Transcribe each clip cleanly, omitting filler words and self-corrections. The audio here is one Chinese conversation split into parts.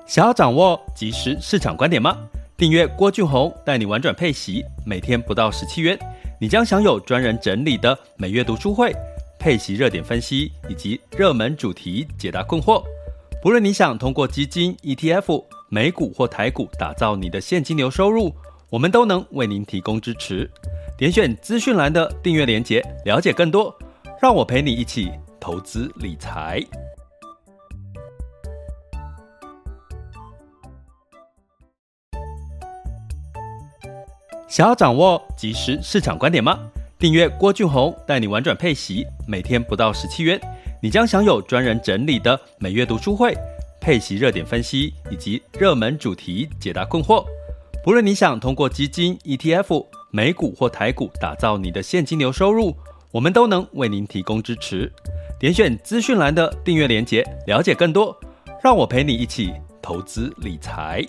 想要掌握即时市场观点吗？订阅郭俊宏带你玩转配息，每天不到17元，你将享有专人整理的每月读书会、配息热点分析以及热门主题解答困惑。不论你想通过基金、ETF、美股或台股打造你的现金流收入，我们都能为您提供支持。点选资讯栏的订阅连结，了解更多。让我陪你一起投资理财。想要掌握即时市场观点吗？订阅郭俊宏带你玩转配息，每天不到17元，你将享有专人整理的每月读书会、配息热点分析以及热门主题解答困惑。不论你想通过基金、ETF、美股或台股打造你的现金流收入，我们都能为您提供支持。点选资讯栏的订阅连结，了解更多。让我陪你一起投资理财。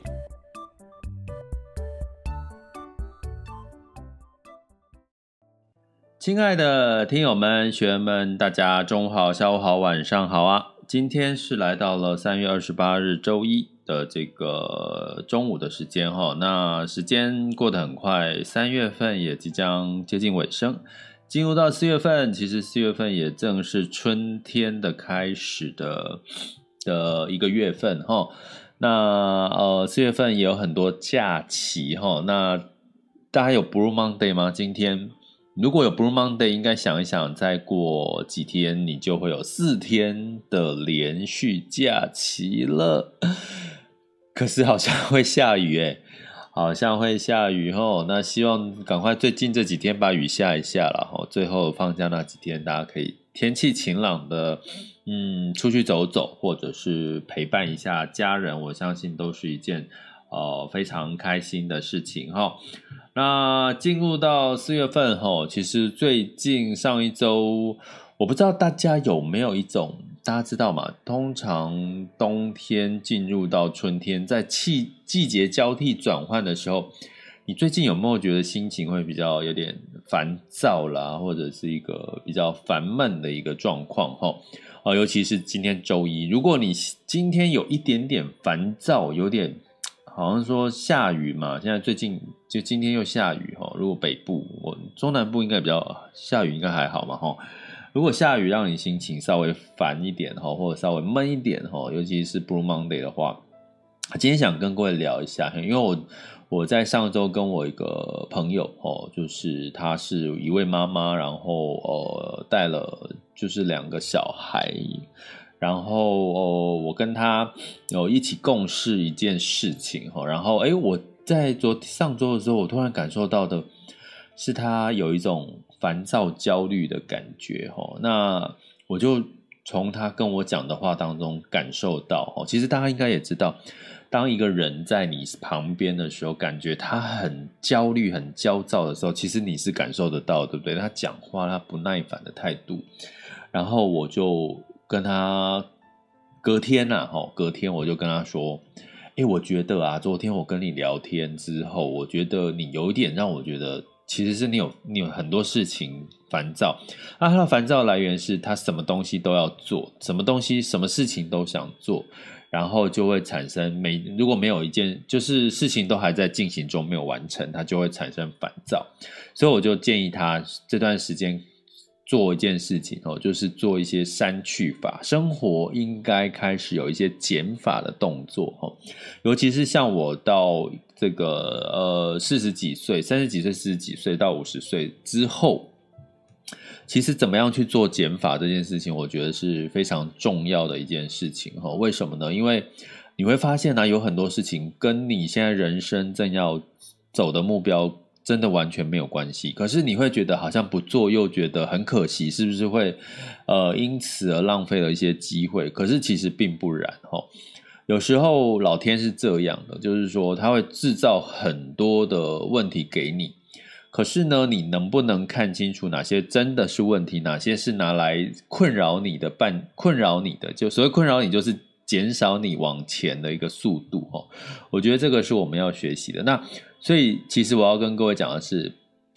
亲爱的听友们、学员们，大家中午好、下午好、晚上好啊！今天是来到了3月28日周一的这个中午的时间哈，那时间过得很快，3月份也即将接近尾声，进入到4月份，其实4月份也正是春天的开始的一个月份哈。那4月份也有很多假期哈，那大家有 Blue Monday 吗？今天如果有 Blue Monday， 应该想一想，再过几天你就会有4天的连续假期了。可是好像会下雨耶，好像会下雨齁。那希望赶快最近这几天把雨下一下啦齁，最后放假那几天大家可以天气晴朗的出去走走，或者是陪伴一下家人，我相信都是一件非常开心的事情齁。那进入到4月份其实最近上一周，我不知道大家有没有一种，大家知道吗？通常冬天进入到春天，在季节交替转换的时候，你最近有没有觉得心情会比较有点烦躁啦，或者是一个比较烦闷的一个状况尤其是今天周一，如果你今天有一点点烦躁，有点好像说下雨嘛，现在最近就今天又下雨如果北部，中南部应该比较下雨应该还好嘛如果下雨让你心情稍微烦一点或者稍微闷一点尤其是 Blue Monday 的话，今天想跟各位聊一下，因为我在上周跟我一个朋友就是她是一位妈妈，然后带了就是2个小孩，然后我跟他有一起共事一件事情然后我在上周的时候，我突然感受到的是他有一种烦躁焦虑的感觉那我就从他跟我讲的话当中感受到其实大家应该也知道，当一个人在你旁边的时候，感觉他很焦虑很焦躁的时候，其实你是感受得到，对不对？他讲话他不耐烦的态度，然后我就跟他隔天我就跟他说我觉得啊，昨天我跟你聊天之后，我觉得你有一点让我觉得其实是你有很多事情烦躁他的烦躁来源是他什么东西都要做，什么事情都想做，然后就会产生如果没有一件就是事情都还在进行中没有完成，他就会产生烦躁。所以我就建议他这段时间做一件事情就是做一些删去法，生活应该开始有一些减法的动作尤其是像我到这个40几岁、30几岁、40几岁到50岁之后，其实怎么样去做减法这件事情，我觉得是非常重要的一件事情为什么呢？因为你会发现有很多事情跟你现在人生正要走的目标真的完全没有关系，可是你会觉得好像不做又觉得很可惜，是不是会因此而浪费了一些机会？可是其实并不然有时候老天是这样的，就是说他会制造很多的问题给你，可是呢你能不能看清楚哪些真的是问题，哪些是拿来困扰你的，就所谓困扰你就是减少你往前的一个速度我觉得这个是我们要学习的。那所以其实我要跟各位讲的是，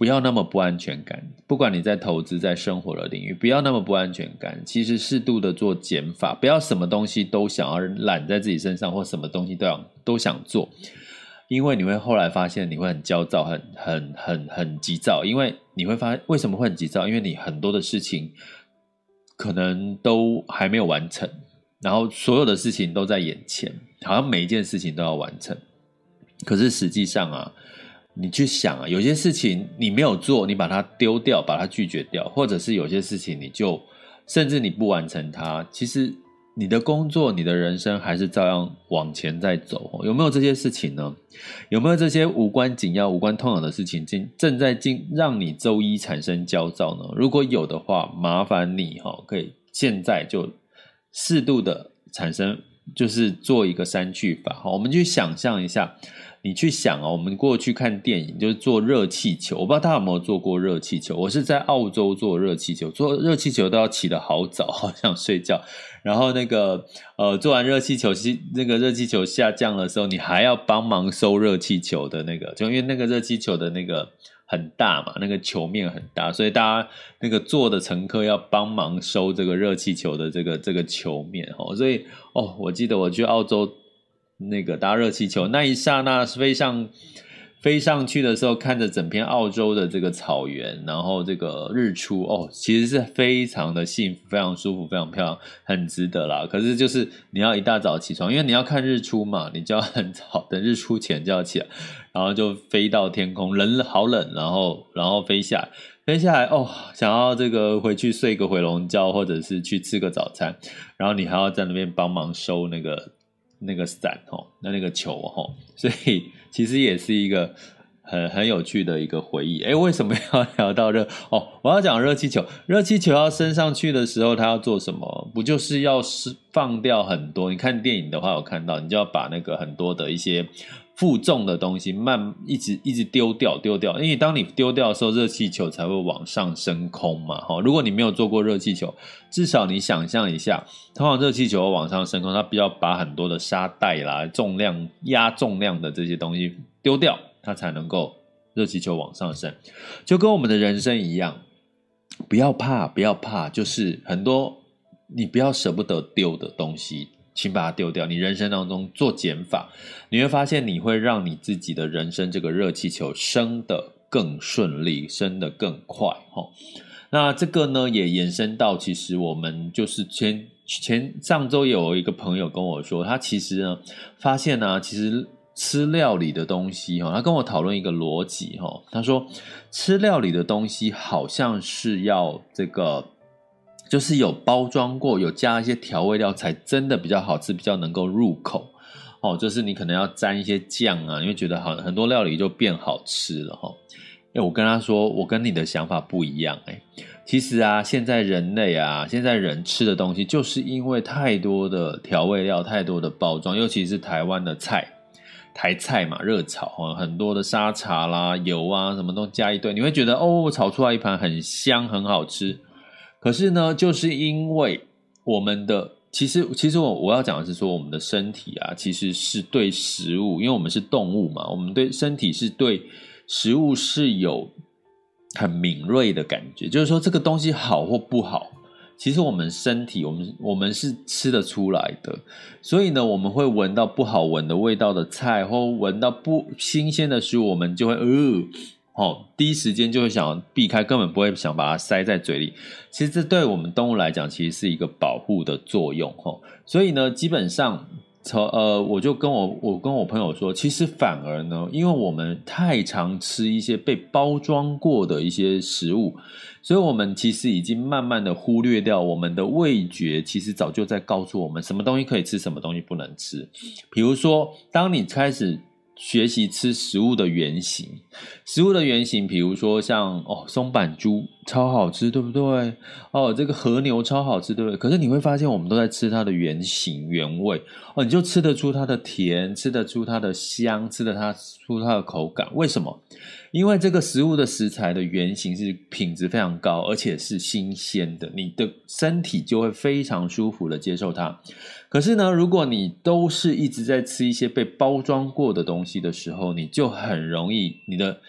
不要那么不安全感，不管你在投资在生活的领域，不要那么不安全感，其实适度的做减法，不要什么东西都想要揽在自己身上，或什么东西都想做，因为你会后来发现你会很焦躁，很急躁，因为你会发现为什么会很急躁，因为你很多的事情可能都还没有完成，然后所有的事情都在眼前，好像每一件事情都要完成，可是实际上啊，你去想啊，有些事情你没有做，你把它丢掉，把它拒绝掉，或者是有些事情你就甚至你不完成它，其实你的工作你的人生还是照样往前在走。有没有这些事情呢？有没有这些无关紧要无关痛痒的事情正在让你周一产生焦躁呢？如果有的话，麻烦你可以现在就适度的产生，就是做一个删去法。我们去想象一下，你去想我们过去看电影就是做热气球，我不知道大家有没有做过热气球，我是在澳洲做热气球，做热气球都要起得好早，好想睡觉，然后做完热气球，那个热气球下降的时候，你还要帮忙收热气球的就因为那个热气球的很大嘛，那个球面很大，所以大家坐的乘客要帮忙收这个热气球的这个球面所以我记得我去澳洲搭热气球那一刹那飞上去的时候，看着整片澳洲的这个草原，然后这个日出其实是非常的幸福，非常舒服，非常漂亮，很值得啦。可是就是你要一大早起床，因为你要看日出嘛，你就要很早，等日出前就要起来，然后就飞到天空，好冷，然后飞下来想要回去睡个回笼觉，或者是去吃个早餐，然后你还要在那边帮忙收那个伞那个球所以其实也是一个很有趣的一个回忆。为什么要聊到我要讲热气球。热气球要升上去的时候，它要做什么？不就是要放掉很多？你看电影的话，有看到，你就要把很多的一些负重的东西一直丢掉，因为当你丢掉的时候，热气球才会往上升空嘛。如果你没有做过热气球，至少你想象一下，通常热气球往上升空，它必须要把很多的沙袋啦、压重量的这些东西丢掉，它才能够热气球往上升。就跟我们的人生一样，不要怕，就是很多你不要舍不得丢的东西，请把它丢掉。你人生当中做减法，你会发现你会让你自己的人生这个热气球升得更顺利，升得更快那这个呢也延伸到，其实我们就是上周有一个朋友跟我说，他其实呢发现其实吃料理的东西他跟我讨论一个逻辑他说吃料理的东西好像是要就是有包装过，有加一些调味料才真的比较好吃，比较能够入口就是你可能要沾一些酱啊，你会觉得很多料理就变好吃了我跟他说，我跟你的想法不一样其实现在人吃的东西，就是因为太多的调味料，太多的包装，尤其是台湾的台菜嘛，热炒很多的沙茶啦、油啊，什么都加一堆，你会觉得炒出来一盘很香，很好吃。可是呢，就是因为我们的其实我要讲的是说，我们的身体其实是对食物，因为我们是动物嘛，我们对身体是对食物是有很敏锐的感觉，就是说这个东西好或不好，其实我们身体我们是吃得出来的。所以呢，我们会闻到不好闻的味道的菜，或闻到不新鲜的食物，我们就会第一时间就会想避开，根本不会想把它塞在嘴里。其实这对我们动物来讲，其实是一个保护的作用所以呢，基本上我就跟我朋友说，其实反而呢，因为我们太常吃一些被包装过的一些食物，所以我们其实已经慢慢的忽略掉我们的味觉，其实早就在告诉我们什么东西可以吃，什么东西不能吃。比如说，当你开始学习吃食物的原型，比如说像松板猪超好吃，对不对？这个和牛超好吃，对不对？可是你会发现我们都在吃它的原型原味你就吃得出它的甜，吃得出它的香，吃得出它的口感。为什么？因为这个食物的食材的原型是品质非常高，而且是新鲜的，你的身体就会非常舒服的接受它。可是呢，如果你都是一直在吃一些被包装过的东西的时候，你就很容易你的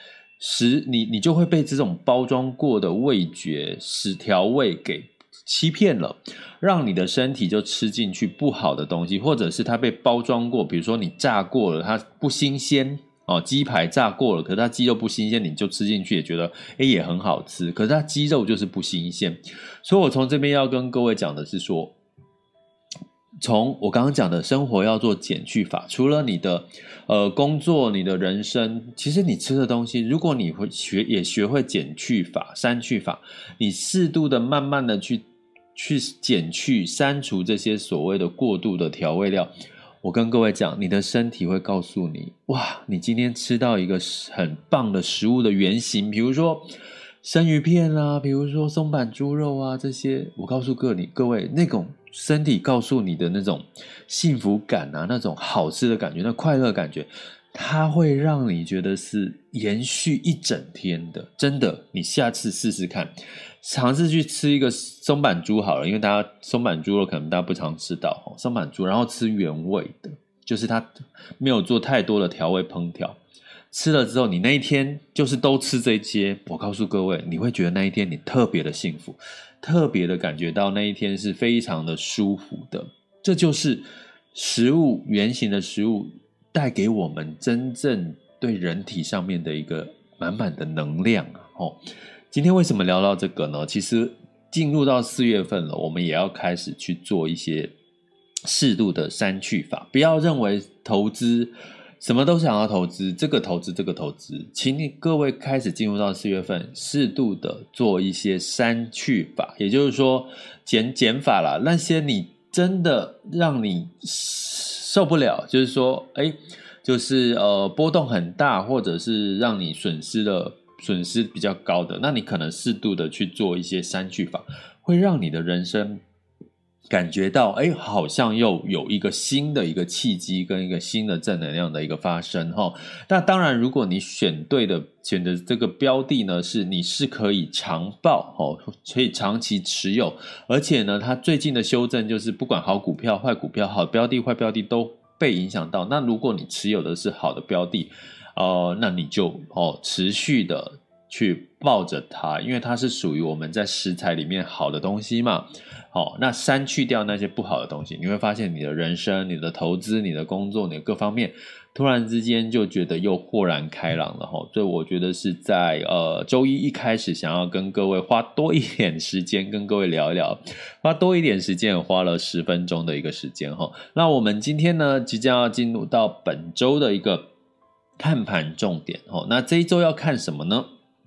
你就会被这种包装过的味觉调味给欺骗了，让你的身体就吃进去不好的东西，或者是它被包装过，比如说你炸过了，它不新鲜哦，鸡排炸过了，可是它鸡肉不新鲜，你就吃进去也觉得也很好吃，可是它鸡肉就是不新鲜。所以我从这边要跟各位讲的是说，从我刚刚讲的生活要做减去法，除了你的工作、你的人生，其实你吃的东西，如果你会学会减去法、删去法，你适度的、慢慢的去减去、删除这些所谓的过度的调味料，我跟各位讲，你的身体会告诉你，哇，你今天吃到一个很棒的食物的原型，比如说生鱼片啊，比如说松板猪肉啊，这些，我告诉各位，那种身体告诉你的那种幸福感啊，那种好吃的感觉，那快乐感觉，它会让你觉得是延续一整天的。真的，你下次试试看，尝试去吃一个松板猪好了，因为大家松板猪肉可能大家不常吃到松板猪，然后吃原味的，就是它没有做太多的调味烹调。吃了之后，你那一天就是都吃这些，我告诉各位，你会觉得那一天你特别的幸福，特别的感觉到那一天是非常的舒服的。这就是食物，原型的食物带给我们真正对人体上面的一个满满的能量今天为什么聊到这个呢？其实进入到4月份了，我们也要开始去做一些适度的删去法，不要认为投资什么都想要投资，这个投资，请你各位开始进入到4月份，适度的做一些删去法，也就是说减法啦，那些你真的让你受不了，就是说就是波动很大，或者是让你损失比较高的，那你可能适度的去做一些删去法，会让你的人生感觉到好像又有一个新的一个契机跟一个新的正能量的一个发生那当然如果你选的这个标的呢，你是可以长抱可以长期持有，而且呢它最近的修正就是不管好股票坏股票，好标的坏标的都被影响到，那如果你持有的是好的标的那你就持续的去抱着它，因为它是属于我们在食材里面好的东西嘛那删去掉那些不好的东西，你会发现你的人生、你的投资、你的工作、你的各方面突然之间就觉得又豁然开朗了所以我觉得是在周一开始想要跟各位花多一点时间跟各位聊一聊，花多一点时间，花了10分钟的一个时间那我们今天呢即将要进入到本周的一个看盘重点那这一周要看什么呢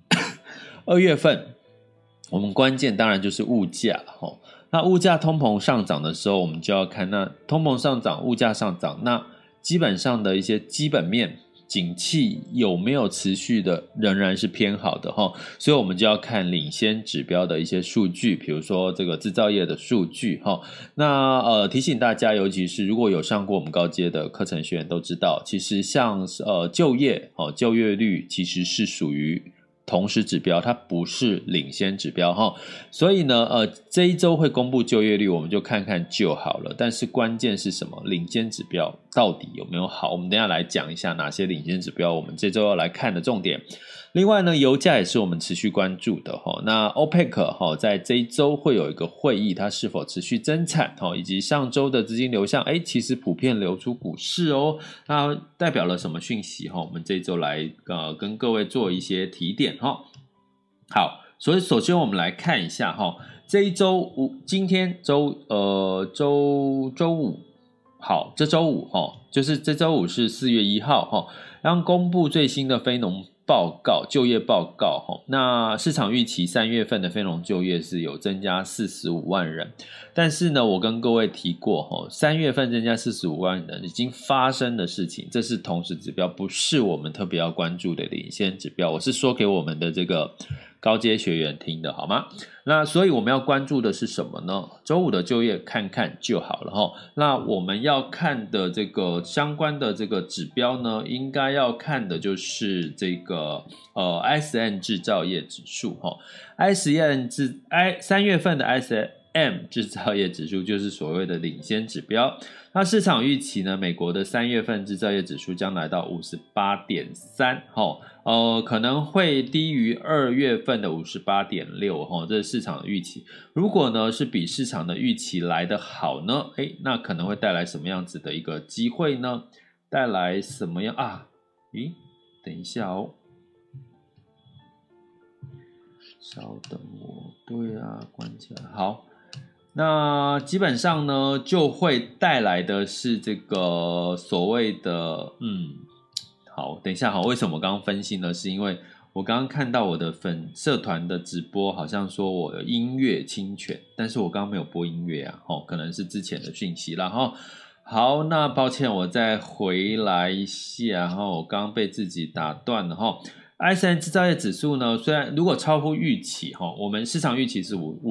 ？2月份我们关键当然就是物价那物价通膨上涨的时候，我们就要看那通膨上涨、物价上涨，那基本上的一些基本面景气有没有持续的仍然是偏好的所以我们就要看领先指标的一些数据，比如说这个制造业的数据那提醒大家，尤其是如果有上过我们高阶的课程学员都知道，其实像就业率其实是属于同时指标，它不是领先指标所以呢这一周会公布就业率，我们就看看就好了，但是关键是什么？领先指标到底有没有好？我们等一下来讲一下哪些领先指标我们这周要来看的重点。另外呢，油价也是我们持续关注的那 OPEC 在这一周会有一个会议，它是否持续增产以及上周的资金流向其实普遍流出股市那代表了什么讯息我们这一周来跟各位做一些提点好，所以首先我们来看一下这一周今天周五好，这周五就是这周五是4月1号刚公布最新的非农报告，就业报告那市场预期3月份的非农就业是有增加45万人，但是呢我跟各位提过3月份增加45万人已经发生的事情，这是同时指标，不是我们特别要关注的领先指标，我是说给我们的这个高阶学员听的好吗？那所以我们要关注的是什么呢？周五的就业看看就好了那我们要看的这个相关的这个指标呢，应该要看的就是这个ISM 制造业指数3月份的 ISM 制造业指数就是所谓的领先指标。那市场预期呢，美国的3月份制造业指数将来到 58.3 可能会低于2月份的 58.6 这是市场的预期。如果呢是比市场的预期来得好呢，那可能会带来什么样子的一个机会呢？带来什么样啊？等一下哦，稍等我，对啊，关起来。好，那基本上呢，就会带来的是这个所谓的好，等一下，好，为什么我刚刚分析呢？是因为我刚刚看到我的社团的直播，好像说我有音乐侵权，但是我刚刚没有播音乐啊，可能是之前的讯息啦，好，那抱歉，我再回来一下，我刚刚被自己打断了ISM 制造业指数呢，虽然如果超乎预期我们市场预期是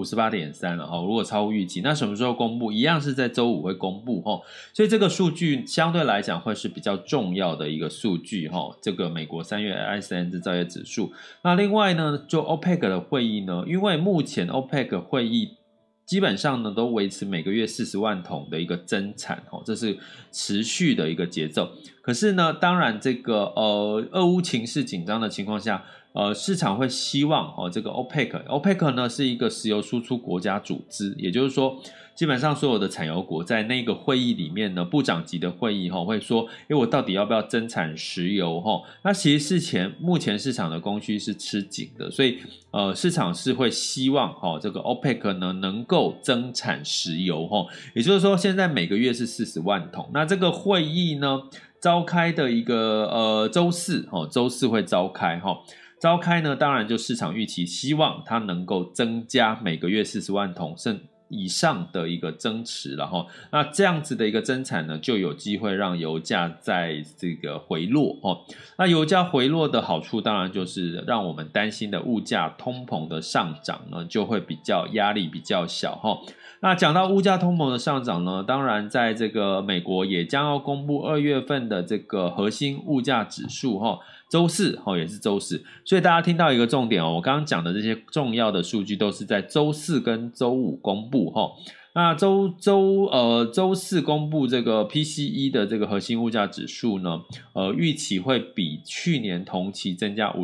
58.3 了如果超乎预期，那什么时候公布？一样是在周五会公布所以这个数据相对来讲会是比较重要的一个数据这个美国3月 ISM 制造业指数。那另外呢，就 OPEC 的会议呢，因为目前 OPEC 会议基本上呢都维持每个月40万桶的一个增产这是持续的一个节奏。可是呢，当然这个俄乌情势紧张的情况下，市场会希望这个 OPEC 呢是一个石油输出国家组织，也就是说基本上所有的产油国在那个会议里面呢，部长级的会议会说我到底要不要增产石油那其实目前市场的供需是吃紧的，所以市场是会希望这个 OPEC 呢能够增产石油也就是说现在每个月是40万桶。那这个会议呢召开的一个周四会召开召开呢，当然就市场预期希望它能够增加每个月40万桶甚以上的一个增持了那这样子的一个增产呢，就有机会让油价在这个回落那油价回落的好处，当然就是让我们担心的物价通膨的上涨呢，就会压力比较小那讲到物价通膨的上涨呢，当然在这个美国也将要公布2月份的这个核心物价指数周四也是周四，所以大家听到一个重点我刚刚讲的这些重要的数据都是在周四跟周五公布那周四公布这个 PCE 的这个核心物价指数呢，预期会比去年同期增加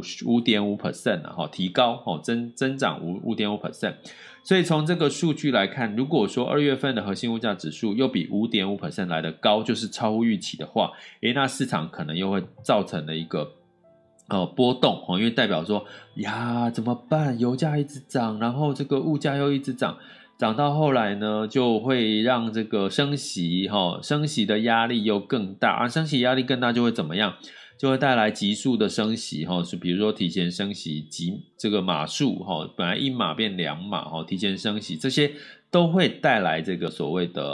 5.5% 提高增长 5.5%。所以从这个数据来看，如果说2月份的核心物价指数又比 5.5% 来得高，就是超乎预期的话，那市场可能又会造成了一个波动因为代表说呀怎么办？油价一直涨，然后这个物价又一直涨到后来呢，就会让这个升息的压力又更大升息压力更大就会怎么样？就会带来急速的升息是比如说提前升息这个码数本来1码变2码提前升息，这些都会带来这个所谓的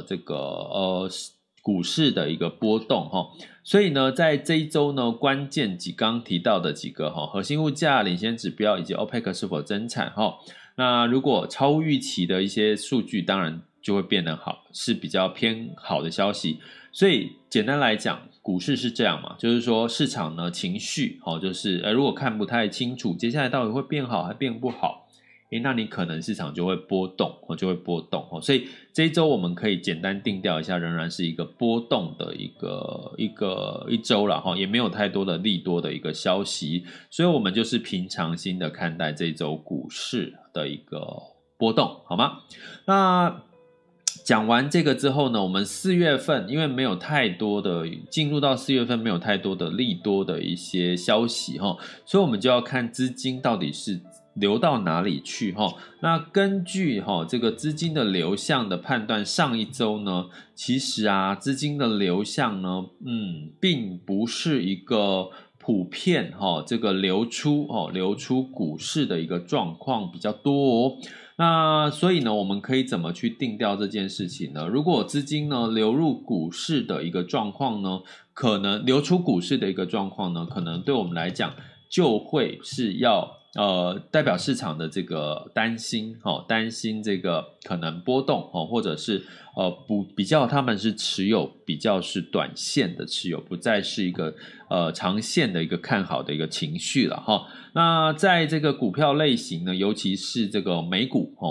股市的一个波动所以呢，在这一周呢，关键刚提到的几个核心物价领先指标以及 OPEC 是否增产那如果超预期的一些数据，当然就会变得好，是比较偏好的消息。所以简单来讲，股市是这样嘛，就是说市场呢情绪就是如果看不太清楚接下来到底会变好还变不好，那你可能市场就会波动所以这一周我们可以简单定调一下，仍然是一个波动的一周啦也没有太多的利多的一个消息，所以我们就是平常心的看待这一周股市的一个波动，好吗？那讲完这个之后呢，我们4月份因为没有太多的进入到4月份没有太多的利多的一些消息所以我们就要看资金到底是流到哪里去那根据这个资金的流向的判断，上一周呢其实资金的流向呢并不是一个普遍这个流出股市的一个状况比较多那所以呢，我们可以怎么去定调这件事情呢？如果资金呢流入股市的一个状况呢，可能流出股市的一个状况呢，可能对我们来讲就会是要代表市场的这个担心这个可能波动或者是比较他们是持有比较是短线的持有，不再是一个长线的一个看好的一个情绪了那在这个股票类型呢，尤其是这个美股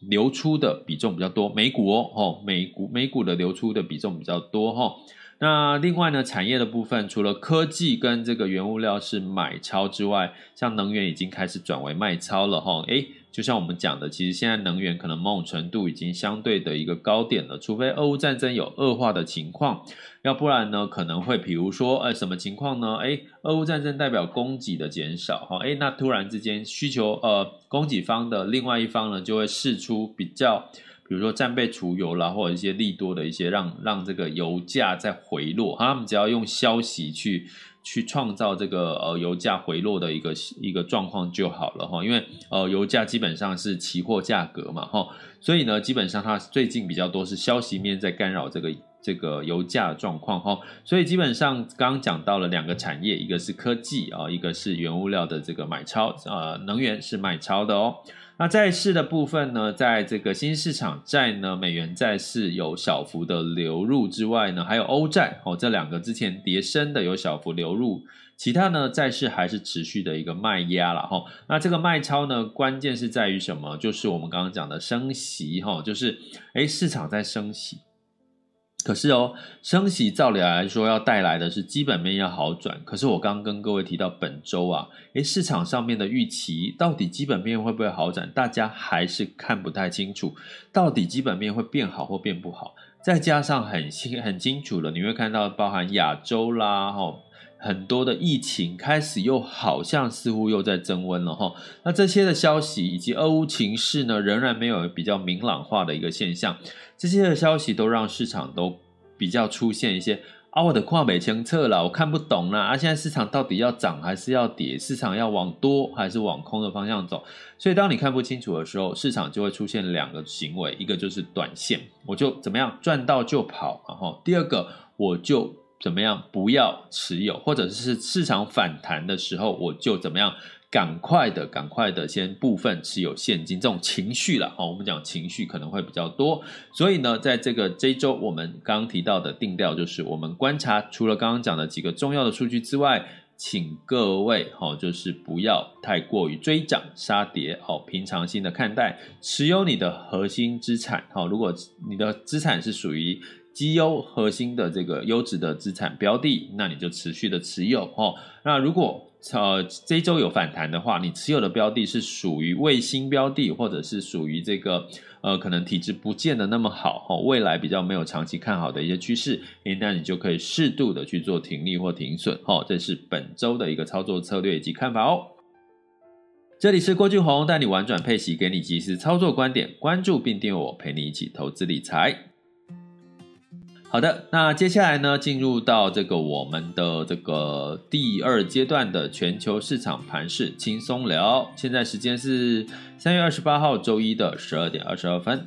流出的比重比较多，美股美股的流出的比重比较多那另外呢，产业的部分，除了科技跟这个原物料是买超之外，像能源已经开始转为卖超了就像我们讲的，其实现在能源可能某种程度已经相对的一个高点了，除非俄乌战争有恶化的情况，要不然呢可能会比如说什么情况呢？俄乌战争代表供给的减少那突然之间需求供给方的另外一方呢就会释出比较比如说战备储油啦，或者一些利多的一些让这个油价再回落，他们只要用消息去创造这个油价回落的一个状况就好了因为油价基本上是期货价格嘛所以呢基本上它最近比较多是消息面在干扰这个油价的状况所以基本上刚刚讲到了两个产业，一个是科技一个是原物料的这个买超能源是买超的那债市的部分呢，在这个新市场债呢，美元债市有小幅的流入之外呢，还有欧债这两个之前跌升的有小幅流入，其他呢债市还是持续的一个卖压啦那这个卖超呢，关键是在于什么？就是我们刚刚讲的升息就是市场在升息。可是升息照理来说要带来的是基本面要好转，可是我刚刚跟各位提到本周市场上面的预期到底基本面会不会好转，大家还是看不太清楚，到底基本面会变好或变不好，再加上很清楚了，你会看到包含亚洲啦很多的疫情开始又好像似乎又在增温了那这些的消息以及俄乌情势呢，仍然没有比较明朗化的一个现象，这些的消息都让市场都比较出现一些我的看不清楚啦，我看不懂啦现在市场到底要涨还是要跌，市场要往多还是往空的方向走，所以当你看不清楚的时候，市场就会出现两个行为，一个就是短线，我就怎么样赚到就跑第二个我就怎么样不要持有，或者是市场反弹的时候我就怎么样赶快的先部分持有现金，这种情绪啦我们讲情绪可能会比较多，所以呢在这一周我们刚刚提到的定调就是我们观察除了刚刚讲的几个重要的数据之外，请各位就是不要太过于追涨杀跌平常心的看待，持有你的核心资产如果你的资产是属于绩优核心的这个优质的资产标的，那你就持续的持有那如果这一周有反弹的话，你持有的标的是属于卫星标的，或者是属于这个可能体质不见得那么好未来比较没有长期看好的一些趋势那你就可以适度的去做停利或停损这是本周的一个操作策略以及看法这里是郭俊宏带你玩转配息，给你及时操作观点，关注并订阅我，陪你一起投资理财。好的，那接下来呢，进入到这个我们的这个第二阶段的全球市场盘势轻松聊。现在时间是3月28号周一的12点22分。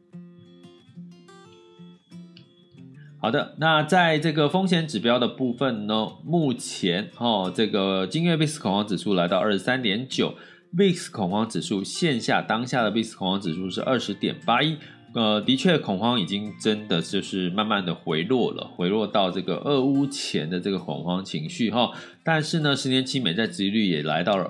好的，那在这个风险指标的部分呢，目前这个今月 VIX 恐慌指数来到 23.9， VIX 恐慌指数线下当下的 VIX 恐慌指数是 20.81。的确恐慌已经真的就是慢慢的回落到这个俄乌前的这个恐慌情绪但是呢10年期美债殖利率也来到了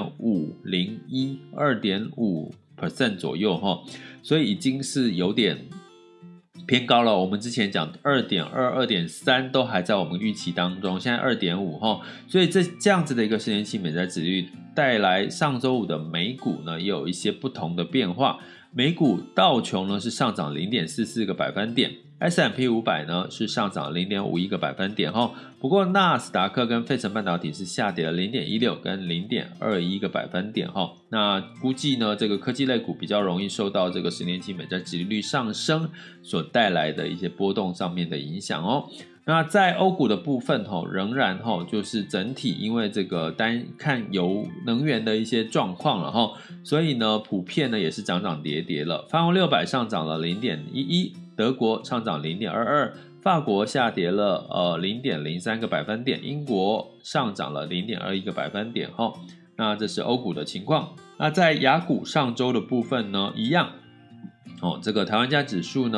2.5% 左右所以已经是有点偏高了，我们之前讲 2.2、2.3 都还在我们预期当中，现在 2.5 所以这样子的一个10年期美债殖利率带来上周五的美股呢也有一些不同的变化。美股道琼呢是上涨 0.44 个百分点， S&P 500呢是上涨 0.51 个百分点不过纳斯达克跟费城半导体是下跌了 0.16 跟 0.21 个百分点那估计呢这个科技类股比较容易受到这个10年期美债殖利率上升所带来的一些波动上面的影响那在欧股的部分仍然就是整体因为这个单看油能源的一些状况了所以呢普遍呢也是涨涨跌跌了。法国600上涨了 0.11， 德国上涨 0.22， 法国下跌了0.03 个百分点，英国上涨了 0.21 个百分点那这是欧股的情况。那在亚股上周的部分呢一样这个台湾加指数呢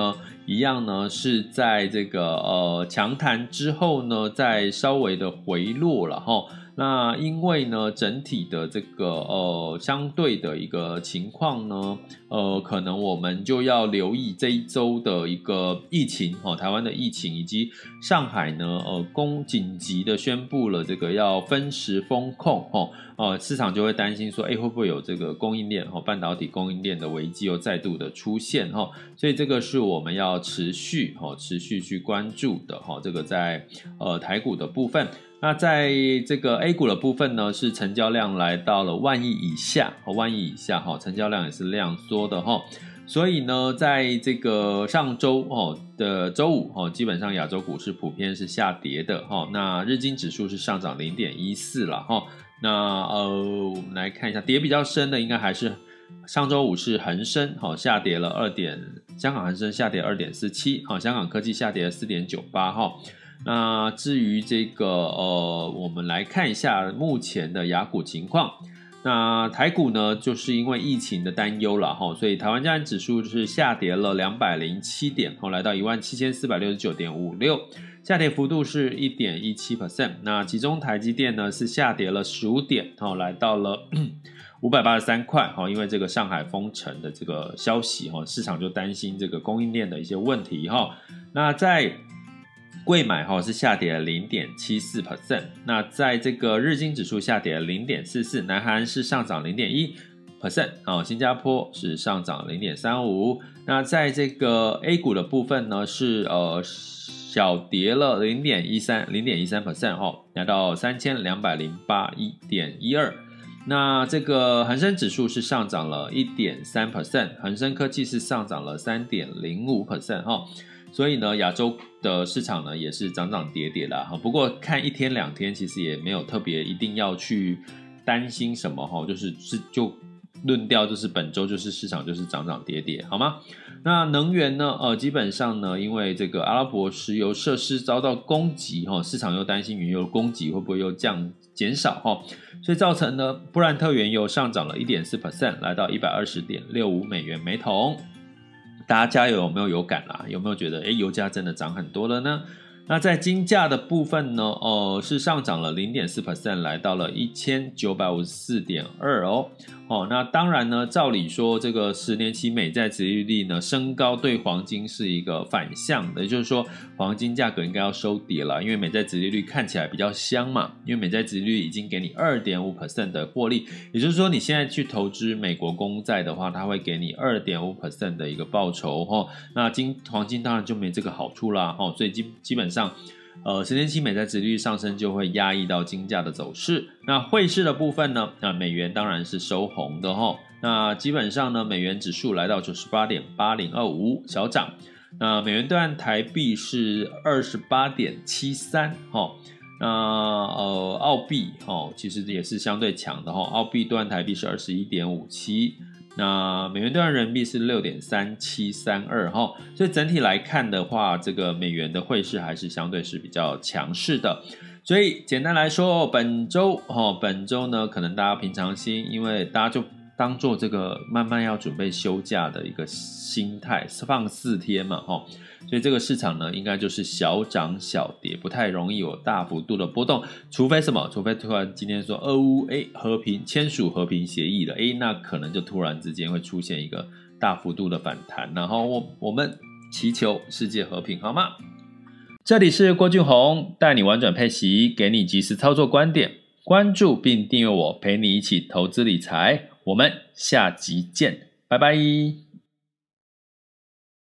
一样呢是在这个强弹之后呢再稍微的回落了齁。那因为呢整体的这个相对的一个情况呢可能我们就要留意这一周的一个疫情台湾的疫情，以及上海呢紧急的宣布了这个要分时封控市场就会担心说会不会有这个供应链半导体供应链的危机又再度的出现所以这个是我们要持续去关注的这个在台股的部分。那在这个 A 股的部分呢，是成交量来到了万亿以下，成交量也是量缩的所以呢，在这个上周的周五基本上亚洲股市普遍是下跌的那日经指数是上涨 0.14 啦那我们来看一下，跌比较深的应该还是上周五是恒生下跌了香港恒生下跌 2.47 香港科技下跌 4.98 那至于这个我们来看一下目前的亚股情况。那台股呢，就是因为疫情的担忧啦所以台湾加权指数是下跌了207点来到 17,469.56， 下跌幅度是 1.17%。 那其中台积电呢是下跌了15点来到了583块因为这个上海封城的这个消息市场就担心这个供应链的一些问题那在贵买是下跌了 0.74%， 那在这个日经指数下跌了 0.44%， 南韩是上涨 0.1%， 新加坡是上涨 0.35%， 那在这个 A 股的部分呢是小跌了 0.13%， 来到 3208.12， 那这个恒生指数是上涨了 1.3%， 恒生科技是上涨了 3.05%所以呢亚洲的市场呢也是涨涨跌跌啦不过看一天两天其实也没有特别一定要去担心什么就论调就是本周就是市场就是涨涨跌跌好吗？那能源呢基本上呢因为这个阿拉伯石油设施遭到攻击市场又担心原油供给会不会又减少所以造成呢布兰特原油上涨了 1.4%， 来到 120.65 美元每桶。大家加油有没有感啦？有没有觉得油价真的涨很多了呢？那在金价的部分呢是上涨了 0.4%， 来到了 1954.2 那当然呢照理说这个10年期美债殖利率呢升高对黄金是一个反向的，也就是说黄金价格应该要收跌了，因为美债殖利率看起来比较香嘛，因为美债殖利率已经给你 2.5% 的获利，也就是说你现在去投资美国公债的话，它会给你 2.5% 的一个报酬那黄金当然就没这个好处啦所以基本上10年期美债殖利率上升就会压抑到金价的走势。那汇市的部分呢美元当然是收红的那基本上呢美元指数来到 98.8025 小涨，那美元兑换台币是 28.73 那澳币其实也是相对强的澳币兑换台币是 21.57，那美元兑换人民币是 6.3732 所以整体来看的话，这个美元的汇市还是相对是比较强势的。所以简单来说本周呢可能大家平常心，因为大家就当做这个慢慢要准备休假的一个心态，放4天嘛所以这个市场呢应该就是小涨小跌，不太容易有大幅度的波动，除非什么？除非突然今天说俄乌签署和平协议了那可能就突然之间会出现一个大幅度的反弹，然后我们祈求世界和平好吗？这里是郭俊宏，带你玩转配息，给你及时操作观点，关注并订阅我，陪你一起投资理财，我们下集见，拜拜。